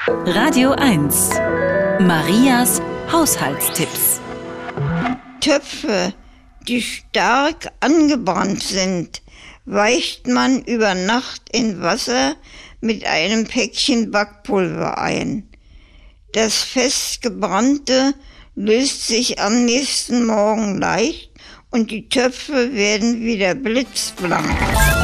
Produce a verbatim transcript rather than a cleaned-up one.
Radio eins. Marias Haushaltstipps. Töpfe, die stark angebrannt sind, weicht man über Nacht in Wasser mit einem Päckchen Backpulver ein. Das Festgebrannte löst sich am nächsten Morgen leicht und die Töpfe werden wieder blitzblank.